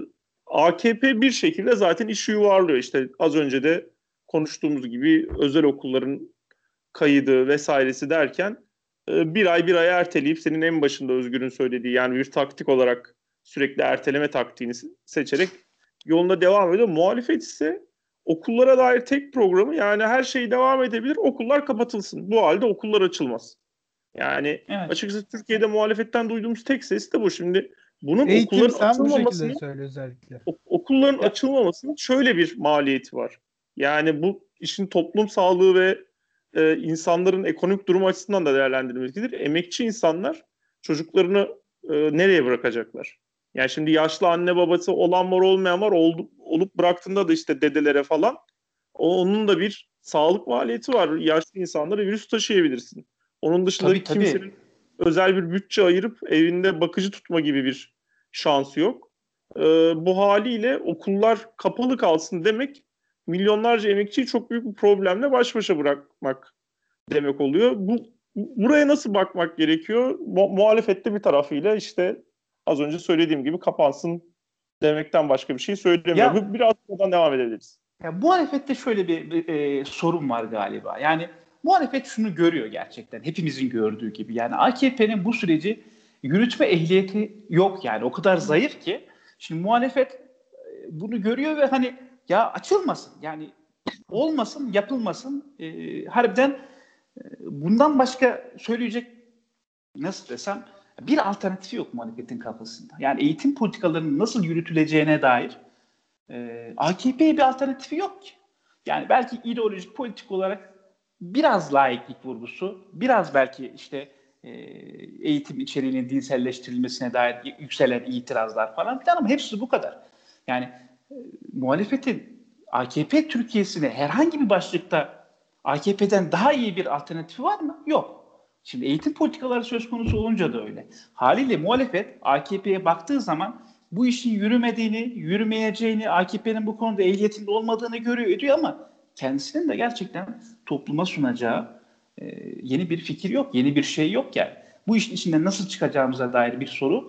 A K P bir şekilde zaten işi yuvarlıyor. İşte az önce de konuştuğumuz gibi özel okulların kaydı vesairesi derken e, bir ay bir ay erteleyip senin en başında Özgür'ün söylediği yani bir taktik olarak sürekli erteleme taktiğini seçerek yoluna devam ediyor. Muhalefet ise okullara dair tek programı yani her şey devam edebilir, okullar kapatılsın. Bu halde okullar açılmaz. Yani Evet. açıkçası Türkiye'de muhalefetten duyduğumuz tek ses de bu. Şimdi bunun Eğitim okulların sen bu şekilde açılmamasının söyle özellikle. okulların Ya, açılmamasının şöyle bir maliyeti var. Yani bu işin toplum sağlığı ve e, insanların ekonomik durumu açısından da değerlendirilmelidir. Emekçi insanlar çocuklarını e, nereye bırakacaklar? Yani şimdi yaşlı anne babası olan var olmayan var oldu, olup bıraktığında da işte dedelere falan o, onun da bir sağlık maliyeti var. Yaşlı insanlara virüs taşıyabilirsin. Onun tabii dışında tabii. kimsenin özel bir bütçe ayırıp evinde bakıcı tutma gibi bir şansı yok. Ee, bu haliyle okullar kapalı kalsın demek milyonlarca emekçiyi çok büyük bir problemle baş başa bırakmak demek oluyor. Bu buraya nasıl bakmak gerekiyor? Mu- muhalefette bir tarafıyla işte az önce söylediğim gibi kapansın demekten başka bir şey söylemiyor. Ya Bu biraz buradan devam edebiliriz. Ya muhalefette şöyle bir, bir e, sorun var galiba. Yani muhalefet şunu görüyor gerçekten. Hepimizin gördüğü gibi. Yani A K P'nin bu süreci yürütme ehliyeti yok yani. O kadar zayıf ki. Şimdi muhalefet e, bunu görüyor ve hani ya açılmasın. Yani olmasın, yapılmasın. E, harbiden e, bundan başka söyleyecek nasıl desem bir alternatifi yok muhalefetin kafasında. Yani eğitim politikalarının nasıl yürütüleceğine dair ee, A K P'ye bir alternatifi yok ki. Yani belki ideolojik, politik olarak biraz laiklik vurgusu, biraz belki işte e, eğitim içeriğinin dinselleştirilmesine dair yükselen itirazlar falan filan ama hepsi bu kadar. Yani e, muhalefetin A K P Türkiye'sine herhangi bir başlıkta A K P'den daha iyi bir alternatifi var mı? Yok. Şimdi eğitim politikaları söz konusu olunca da öyle. Haliyle muhalefet A K P'ye baktığı zaman bu işin yürümediğini, yürümeyeceğini, A K P'nin bu konuda ehliyetinde olmadığını görüyor, ediyor ama kendisinin de gerçekten topluma sunacağı e, yeni bir fikir yok, yeni bir şey yok yani. Bu işin içinden nasıl çıkacağımıza dair bir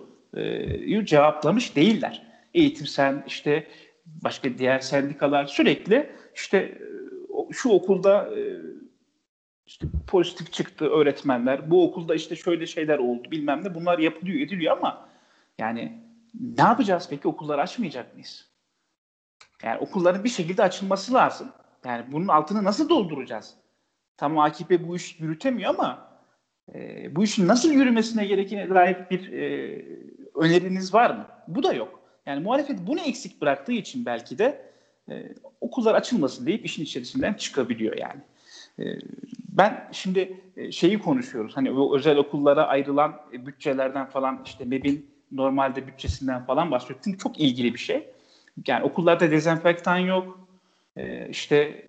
soruyu cevaplamış değiller. Eğitimsel işte başka diğer sendikalar sürekli işte şu okulda e, işte pozitif çıktı öğretmenler, bu okulda işte şöyle şeyler oldu bilmem ne bunlar yapılıyor ediliyor ama yani ne yapacağız peki? Okulları açmayacak mıyız? Yani okulların bir şekilde açılması lazım. Yani bunun altını nasıl dolduracağız? Tamam A K P bu işi yürütemiyor ama e, bu işin nasıl yürümesine gereken dair bir e, öneriniz var mı? Bu da yok. Yani muhalefet bunu eksik bıraktığı için belki de e, okullar açılmasın deyip işin içerisinden çıkabiliyor yani. E, ben şimdi e, şeyi konuşuyoruz. Hani o özel okullara ayrılan e, bütçelerden falan işte MEB'in normalde bütçesinden falan bahsettim. Çok ilgili bir şey. Yani okullarda dezenfektan yok. E, işte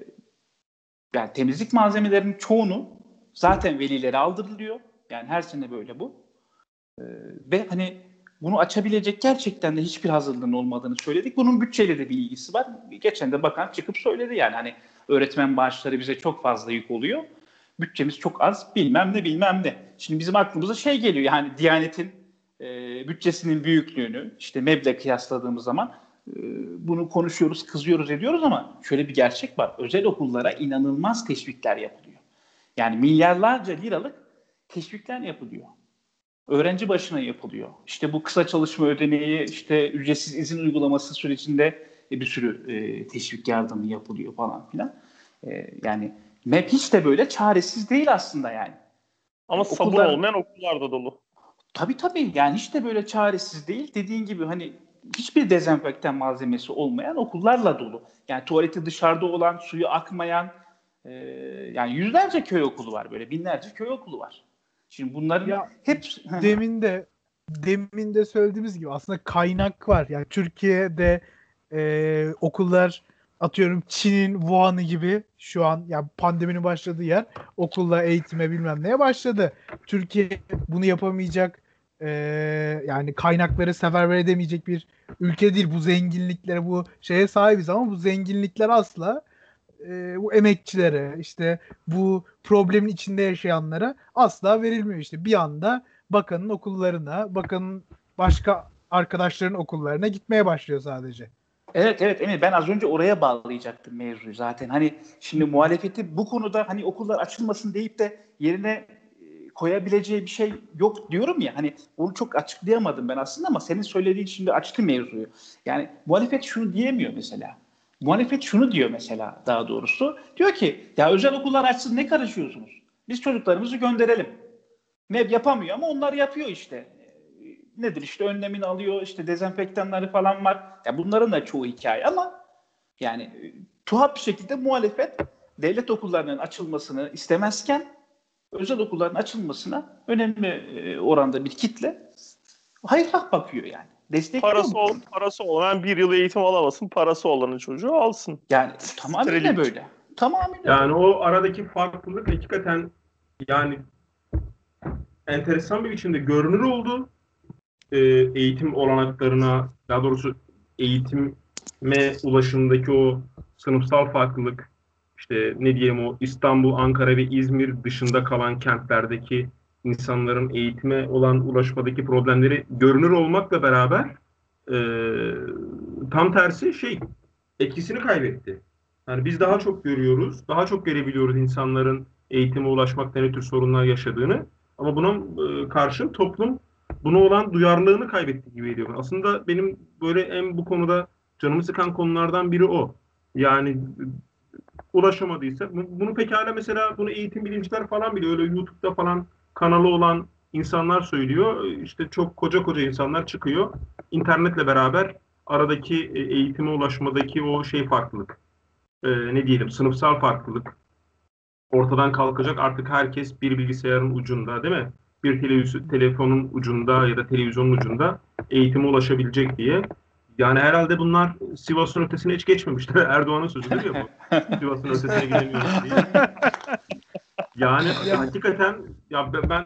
yani temizlik malzemelerinin çoğunu zaten velilere aldırılıyor. Yani her sene böyle bu. Ee, ve hani bunu açabilecek gerçekten de hiçbir hazırlığın olmadığını söyledik. Bunun bütçeyle de bir ilgisi var. Geçen de bakan çıkıp söyledi yani hani öğretmen maaşları bize çok fazla yük oluyor. Bütçemiz çok az bilmem ne bilmem ne. Şimdi bizim aklımıza şey geliyor yani Diyanet'in e, bütçesinin büyüklüğünü işte meblağ kıyasladığımız zaman e, bunu konuşuyoruz, kızıyoruz, ediyoruz ama şöyle bir gerçek var. Özel okullara inanılmaz teşvikler yapılıyor. Yani milyarlarca liralık teşvikler yapılıyor. Öğrenci başına yapılıyor. İşte bu kısa çalışma ödeneği, işte ücretsiz izin uygulaması sürecinde e, bir sürü e, teşvik yardımı yapılıyor falan filan. E, yani M E P hiç de böyle çaresiz değil aslında yani. Ama yani sabır okullar, olmayan okullar da dolu. Tabii tabii yani hiç de böyle çaresiz değil. Dediğin gibi hani hiçbir dezenfektan malzemesi olmayan okullarla dolu. Yani tuvaleti dışarıda olan, suyu akmayan e, yani yüzlerce köy okulu var böyle, binlerce köy okulu var. Şimdi bunların Ya hep demin de demin de söylediğimiz gibi aslında kaynak var. Yani Türkiye'de e, okullar atıyorum Çin'in Wuhan'ı gibi şu an yani pandeminin başladığı yer okulla eğitime bilmem neye başladı. Türkiye bunu yapamayacak e, yani kaynakları seferber edemeyecek bir ülke değil. Bu zenginliklere bu şeye sahibiz ama bu zenginlikler asla e, bu emekçilere işte bu problemin içinde yaşayanlara asla verilmiyor işte. Bir anda bakanın okullarına, bakanın başka arkadaşların okullarına gitmeye başlıyor sadece. Evet evet Emir, ben az önce oraya bağlayacaktım mevzuyu zaten. Hani şimdi muhalefeti bu konuda hani okullar açılmasın deyip de yerine e, koyabileceği bir şey yok diyorum ya. Hani onu çok açıklayamadım ben aslında ama senin söylediğin şimdi açtı mevzuyu. Yani muhalefet şunu diyemiyor mesela. Muhalefet şunu diyor mesela daha doğrusu. Diyor ki ya özel okullar açsın ne karışıyorsunuz? Biz çocuklarımızı gönderelim. M E B yapamıyor ama onlar yapıyor işte. Nedir işte önlemini alıyor, işte dezenfektanları falan var. Ya bunların da çoğu hikaye ama yani e, tuhaf bir şekilde muhalefet devlet okullarının açılmasını istemezken özel okulların açılmasına önemli e, oranda bir kitle hayırla bakıyor yani. Destekliyor Parası, bu ol, konuda. parası olan bir yıl eğitim alamasın, parası olanın çocuğu alsın. Yani tamamıyla böyle. Tamamıyla Yani böyle. o aradaki farklılık hakikaten yani enteresan bir biçimde görünür oldu. Ee, eğitim olanaklarına, daha doğrusu eğitime ulaşımdaki o sınıfsal farklılık, işte ne diyelim o İstanbul, Ankara ve İzmir dışında kalan kentlerdeki insanların eğitime olan ulaşmadaki problemleri görünür olmakla beraber e, tam tersi şey etkisini kaybetti. Yani biz daha çok görüyoruz, daha çok görebiliyoruz insanların eğitime ulaşmakta ne tür sorunlar yaşadığını. Ama buna e, karşın toplum buna olan duyarlılığını kaybetti gibi geliyor. Aslında benim böyle en bu konuda canımı sıkan konulardan biri o. Yani ulaşamadıysa bunu pekala mesela bunu eğitim bilimciler falan biliyor. Öyle YouTube'da falan kanalı olan insanlar söylüyor. İşte çok koca koca insanlar çıkıyor. İnternetle beraber aradaki e, eğitime ulaşmadaki o şey farklılık. Ee, ne diyelim sınıfsal farklılık ortadan kalkacak. Artık herkes bir bilgisayarın ucunda değil mi? Bir televizyon, telefonun ucunda ya da televizyonun ucunda eğitime ulaşabilecek diye. Yani herhalde bunlar Sivas'ın ötesine hiç geçmemişler. Erdoğan'ın sözüdür ya bu. Sivas'ın ötesine gidemiyoruz diye. Yani Ya, hakikaten ya ben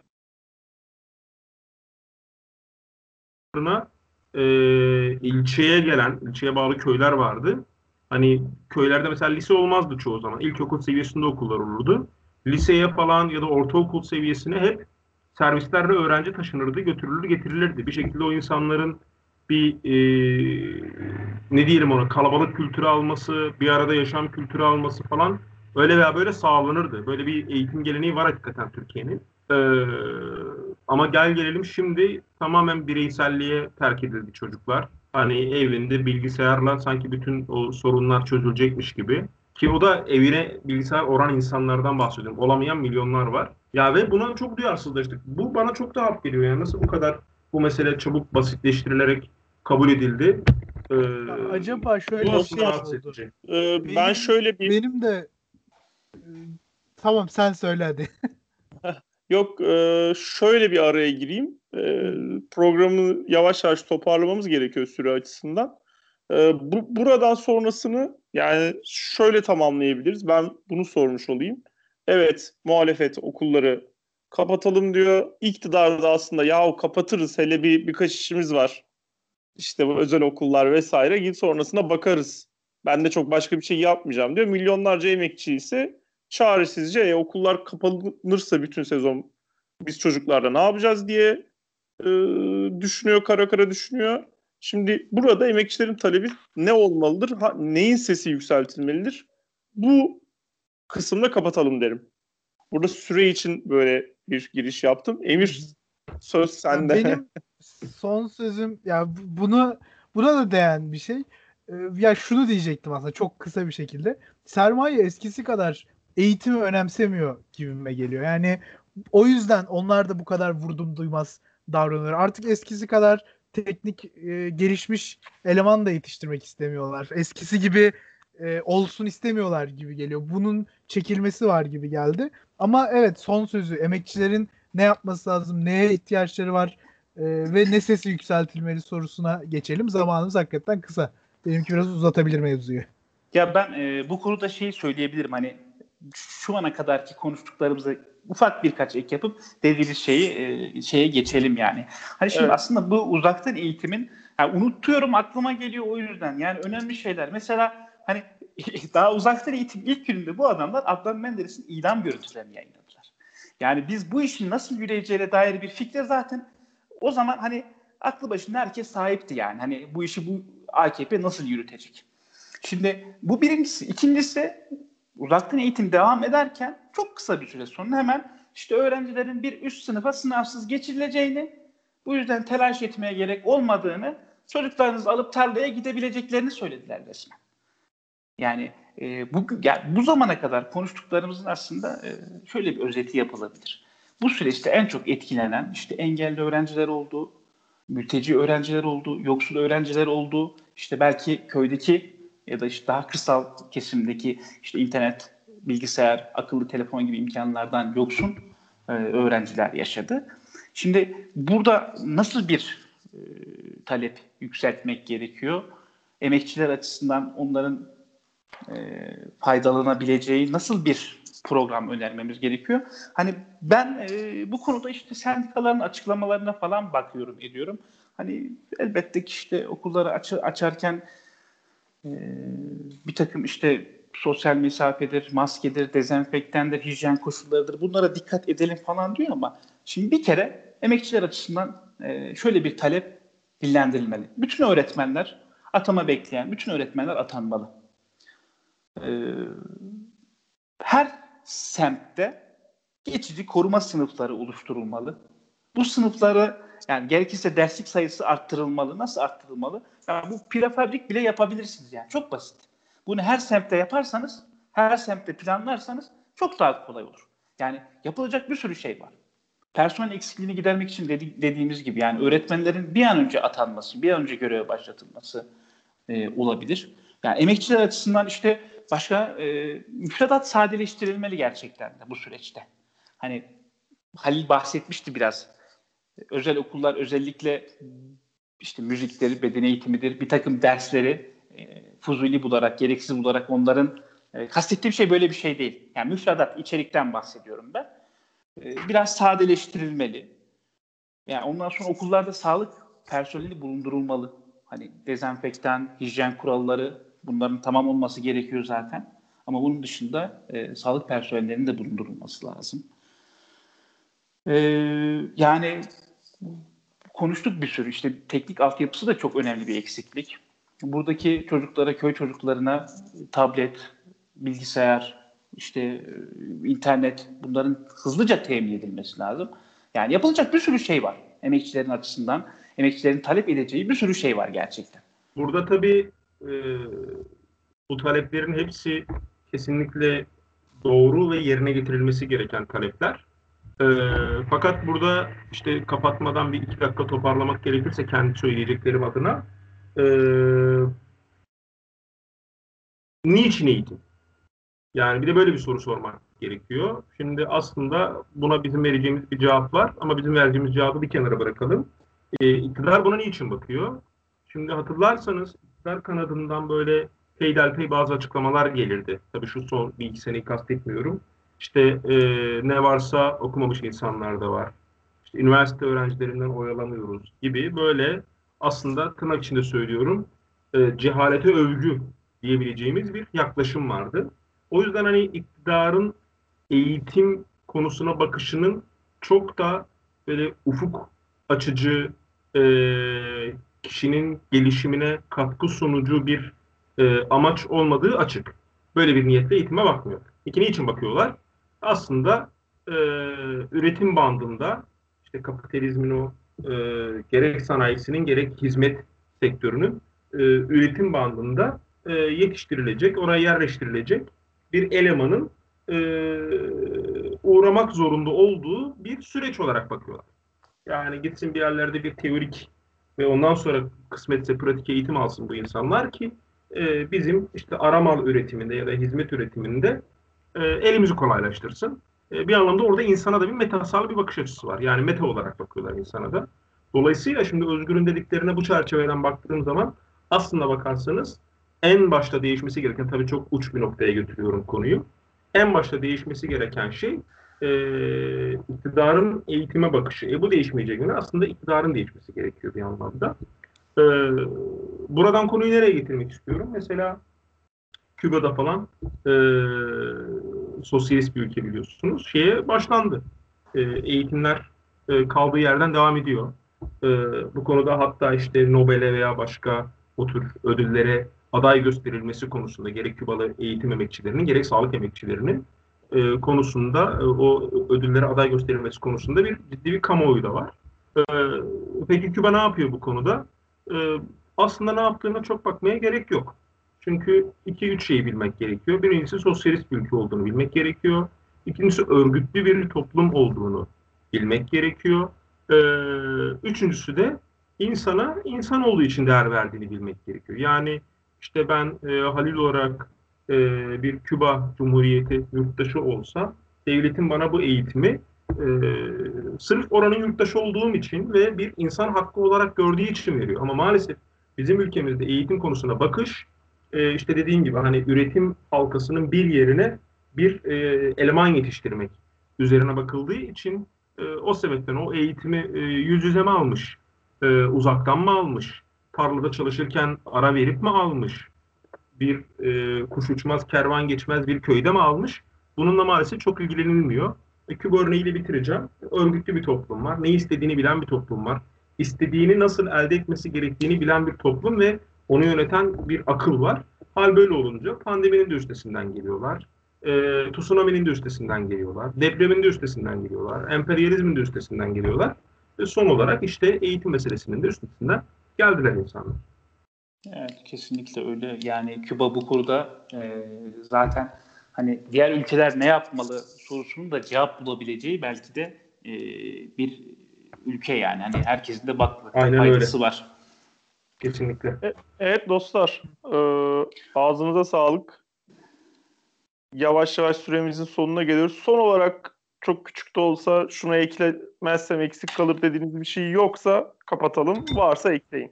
ben e, ilçeye gelen, ilçeye bağlı köyler vardı. Hani köylerde mesela lise olmazdı çoğu zaman. İlkokul seviyesinde okullar olurdu. Liseye falan ya da ortaokul seviyesine hep servislerle öğrenci taşınırdı, götürülür, getirilirdi. Bir şekilde o insanların bir e, ne diyelim ona kalabalık kültürü alması, bir arada yaşam kültürü alması falan öyle veya böyle sağlanırdı. Böyle bir eğitim geleneği var hakikaten Türkiye'nin. Ee, ama gel gelelim şimdi tamamen bireyselliğe terk edildi çocuklar. Hani evinde bilgisayarla sanki bütün o sorunlar çözülecekmiş gibi. Ki o da evine bilgisayar oran insanlardan bahsediyorum. Olamayan milyonlar var. Ya ve buna çok duyarsızlaştık. Bu bana çok tuhaf geliyor. Yani nasıl bu kadar bu mesele çabuk basitleştirilerek kabul edildi? Ee, acaba şöyle bu bir aslında şey mi rahatsız oldu? edici. Ee, ben Benim şöyle bir benim de e, tamam sen söyle hadi. yok e, şöyle bir araya gireyim. E, programı yavaş yavaş toparlamamız gerekiyor süre açısından. E, bu buradan sonrasını yani şöyle tamamlayabiliriz. Ben bunu sormuş olayım. Evet, muhalefet okulları kapatalım diyor. İktidar da aslında yahu kapatırız, hele bir birkaç işimiz var. İşte bu özel okullar vesaire, git sonrasına bakarız. Ben de çok başka bir şey yapmayacağım diyor. Milyonlarca emekçi ise çaresizce e, okullar kapanırsa bütün sezon biz çocuklarla ne yapacağız diye e, düşünüyor, kara kara düşünüyor. Şimdi burada emekçilerin talebi ne olmalıdır? Ha, neyin sesi yükseltilmelidir? Bu kısımda kapatalım derim. Burada süre için böyle bir giriş yaptım. Emir, söz sende. Benim son sözüm ya bunu buna da değen bir şey. Ee, ya şunu diyecektim aslında çok kısa bir şekilde. Sermaye eskisi kadar eğitimi önemsemiyor gibime geliyor. Yani o yüzden onlar da bu kadar vurdum duymaz davranıyor. Artık eskisi kadar teknik e, gelişmiş eleman da yetiştirmek istemiyorlar. Eskisi gibi e, olsun istemiyorlar gibi geliyor. Bunun çekilmesi var gibi geldi. Ama evet, son sözü emekçilerin ne yapması lazım, neye ihtiyaçları var e, ve ne sesi yükseltilmeli sorusuna geçelim. Zamanımız hakikaten kısa. Benimki biraz uzatabilir mevzuyu. Ya ben e, bu konuda şeyi söyleyebilirim, hani şu ana kadarki konuştuklarımıza ufak birkaç ek yapıp dediğiniz şeyi e, şeye geçelim yani. Hani şimdi Evet. aslında bu uzaktan eğitimin, yani unutuyorum, aklıma geliyor o yüzden. Yani önemli şeyler. Mesela hani daha uzaktan eğitim ilk gününde bu adamlar Adnan Menderes'in idam görüntülerini yayınladılar. Yani biz bu işin nasıl yürüyeceğine dair bir fikre zaten o zaman hani aklı başında herkes sahipti yani. Hani bu işi bu A K P nasıl yürütecek? Şimdi bu birincisi. İkincisi, uzaktan eğitim devam ederken çok kısa bir süre sonra hemen işte öğrencilerin bir üst sınıfa sınavsız geçirileceğini, bu yüzden telaş etmeye gerek olmadığını, çocuklarınızı alıp tarlaya gidebileceklerini söylediler resmen. Yani e, bu, yani bu zamana kadar konuştuklarımızın aslında e, şöyle bir özeti yapılabilir. Bu süreçte en çok etkilenen işte engelli öğrenciler oldu, mülteci öğrenciler oldu, yoksul öğrenciler oldu, işte belki köydeki ya da işte daha kırsal kesimdeki işte internet, bilgisayar, akıllı telefon gibi imkanlardan yoksun e, öğrenciler yaşadı. Şimdi burada nasıl bir e, talep yükseltmek gerekiyor? Emekçiler açısından onların e, faydalanabileceği nasıl bir program önermemiz gerekiyor? Hani ben e, bu konuda işte sendikaların açıklamalarına falan bakıyorum, ediyorum. Hani elbette ki işte okulları aç, açarken e, bir takım işte sosyal mesafedir, maskedir, dezenfektandır, hijyen koşullarıdır, bunlara dikkat edelim falan diyor ama şimdi bir kere emekçiler açısından e, şöyle bir talep dillendirilmeli. Bütün öğretmenler, atama bekleyen bütün öğretmenler atanmalı. Ee, her semtte geçici koruma sınıfları oluşturulmalı. Bu sınıfları yani gerekirse derslik sayısı arttırılmalı. Nasıl arttırılmalı? Yani bu prefabrik bile yapabilirsiniz yani. Çok basit. Bunu her semtte yaparsanız, her semtte planlarsanız çok daha kolay olur. Yani yapılacak bir sürü şey var. Personel eksikliğini gidermek için dedi, dediğimiz gibi yani öğretmenlerin bir an önce atanması, bir an önce göreve başlatılması e, olabilir. Yani emekçiler açısından işte başka e, müfredat sadeleştirilmeli gerçekten de bu süreçte. Hani Halil bahsetmişti biraz. Özel okullar özellikle işte müzikleri, beden eğitimidir, bir takım dersleri e, fuzuli bularak, gereksiz bularak onların e, kastettiğim şey böyle bir şey değil. Yani müfredat, içerikten bahsediyorum ben. E, biraz sadeleştirilmeli. Yani ondan sonra okullarda sağlık personeli bulundurulmalı. Hani dezenfektan, hijyen kuralları, bunların tamam olması gerekiyor zaten. Ama bunun dışında e, sağlık personellerinin de bulundurulması lazım. E, yani konuştuk bir sürü. İşte teknik altyapısı da çok önemli bir eksiklik. Buradaki çocuklara, köy çocuklarına tablet, bilgisayar, işte e, internet, bunların hızlıca temin edilmesi lazım. Yani yapılacak bir sürü şey var. Emekçilerin açısından, emekçilerin talep edeceği bir sürü şey var gerçekten. Burada tabii e, bu taleplerin hepsi kesinlikle doğru ve yerine getirilmesi gereken talepler. E, fakat burada işte kapatmadan bir iki dakika toparlamak gerekirse kendi söyleyeceklerim adına e, niçin eğitim? Yani bir de böyle bir soru sormak gerekiyor. Şimdi aslında buna bizim vereceğimiz bir cevap var ama bizim vereceğimiz cevabı bir kenara bırakalım. E, iktidar buna niçin bakıyor? Şimdi hatırlarsanız iktidar kanadından böyle peyderpey bazı açıklamalar gelirdi. Tabii şu son bir iki seneyi kastetmiyorum. İşte e, ne varsa okumamış insanlar da var. İşte üniversite öğrencilerinden oyalanıyoruz gibi böyle aslında tırnak içinde söylüyorum e, cehalete övgü diyebileceğimiz bir yaklaşım vardı. O yüzden hani iktidarın eğitim konusuna bakışının çok da böyle ufuk açıcı e, kişinin gelişimine katkı sunucu bir e, amaç olmadığı açık. Böyle bir niyetle eğitime bakmıyor. İki niçin bakıyorlar? Aslında e, üretim bandında işte kapitalizmin o e, gerek sanayisinin gerek hizmet sektörünün e, üretim bandında e, yetiştirilecek, oraya yerleştirilecek bir elemanın e, uğramak zorunda olduğu bir süreç olarak bakıyorlar. Yani gitsin bir yerlerde bir teorik ve ondan sonra kısmetse pratik eğitim alsın bu insanlar ki e, bizim işte ara mal üretiminde ya da hizmet üretiminde e, elimizi kolaylaştırsın. E, bir anlamda orada insana da bir metasal bir bakış açısı var. Yani meta olarak bakıyorlar insana da. Dolayısıyla şimdi Özgür'ün dediklerine bu çerçeveden baktığım zaman aslında bakarsanız en başta değişmesi gereken, tabii çok uç bir noktaya götürüyorum konuyu. En başta değişmesi gereken şey e, iktidarın eğitime bakışı. E bu değişmeyecek göre aslında iktidarın değişmesi gerekiyor bir anlamda. E, buradan konuyu nereye getirmek istiyorum? Mesela Küba'da falan e, sosyalist bir ülke biliyorsunuz. Şeye başlandı. E, eğitimler e, kaldığı yerden devam ediyor. E, bu konuda hatta işte Nobel'e veya başka o tür ödüllere aday gösterilmesi konusunda gerek Kübalı eğitim emekçilerinin gerek sağlık emekçilerinin e, konusunda e, o ödüllere aday gösterilmesi konusunda bir ciddi bir kamuoyu da var. E, peki Küba ne yapıyor bu konuda? E, aslında ne yaptığına çok bakmaya gerek yok. Çünkü iki üç şeyi bilmek gerekiyor. Birincisi sosyalist bir ülke olduğunu bilmek gerekiyor. İkincisi örgütlü bir toplum olduğunu bilmek gerekiyor. Ee, üçüncüsü de insana insan olduğu için değer verdiğini bilmek gerekiyor. Yani işte ben e, Halil olarak e, bir Küba Cumhuriyeti yurttaşı olsa devletin bana bu eğitimi e, sırf oranın yurttaşı olduğum için ve bir insan hakkı olarak gördüğü için veriyor. Ama maalesef bizim ülkemizde eğitim konusuna bakış e, işte dediğim gibi hani üretim halkasının bir yerine bir e, eleman yetiştirmek üzerine bakıldığı için e, o sebepten o eğitimi e, yüz yüze mi almış, e, uzaktan mı almış, tarlada çalışırken ara verip mi almış, bir e, kuş uçmaz kervan geçmez bir köyde mi almış? Bununla maalesef çok ilgilenilmiyor. E, Küba örneğiyle bitireceğim. Örgütlü bir toplum var. Ne istediğini bilen bir toplum var. İstediğini nasıl elde etmesi gerektiğini bilen bir toplum ve onu yöneten bir akıl var. Hal böyle olunca pandeminin de üstesinden geliyorlar. E, tsunami'nin de üstesinden geliyorlar. Depremin de üstesinden geliyorlar. Emperyalizmin de üstesinden geliyorlar. Ve son olarak işte eğitim meselesinin de üstesinden geldiler insanlar. Evet, kesinlikle öyle. Yani Küba bu konuda e, zaten hani diğer ülkeler ne yapmalı sorusunun da cevap bulabileceği belki de e, bir ülke yani. Hani herkesin de bakmakta Aynen faydası öyle. var. Kesinlikle. E- Evet dostlar, e, ağzınıza sağlık. Yavaş yavaş süremizin sonuna geliyoruz. Son olarak çok küçük de olsa şuna eklemezsem eksik kalır dediğiniz bir şey yoksa kapatalım. Varsa ekleyin.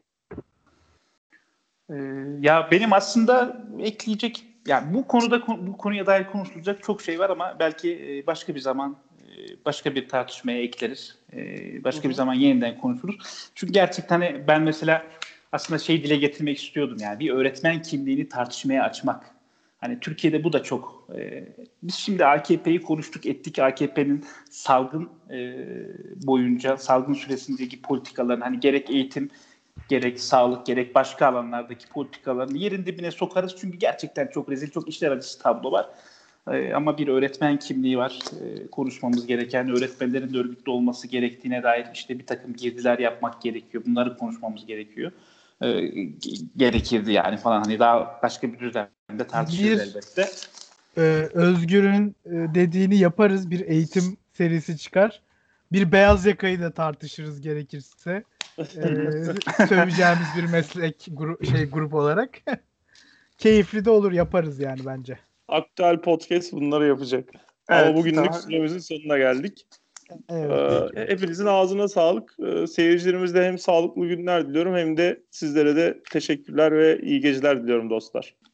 Ee, ya benim aslında ekleyecek, yani bu konuda bu konuya dair konuşulacak çok şey var ama belki başka bir zaman başka bir tartışmaya ekleriz. Başka hı hı. bir zaman yeniden konuşuruz. Çünkü gerçekten hani ben mesela aslında şey dile getirmek istiyordum, yani bir öğretmen kimliğini tartışmaya açmak. Hani Türkiye'de bu da çok. E, biz şimdi A K P'yi konuştuk ettik. A K P'nin salgın e, boyunca, salgın süresindeki politikaların, hani gerek eğitim, gerek sağlık, gerek başka alanlardaki politikalarını yerin dibine sokarız. Çünkü gerçekten çok rezil, çok işler acısı tablo var. Ee, ama bir öğretmen kimliği var. Ee, konuşmamız gereken, öğretmenlerin de örgütlü olması gerektiğine dair işte bir takım girdiler yapmak gerekiyor. Bunları konuşmamız gerekiyor. Ee, gerekirdi yani falan. Hani daha başka bir düzlemde tartışırız Bir, elbette. E, Özgür'ün e, dediğini yaparız. Bir eğitim serisi çıkar. Bir beyaz yakayı da tartışırız gerekirse. E, söveceğimiz bir meslek gru- şey grup olarak. Keyifli de olur, yaparız yani bence. Aktüel Podcast bunları yapacak. Evet, Ama bugünlük tamam. süremizin sonuna geldik. Evet. Ee, hepinizin ağzına sağlık. Ee, seyircilerimize hem sağlıklı günler diliyorum hem de sizlere de teşekkürler ve iyi geceler diliyorum dostlar.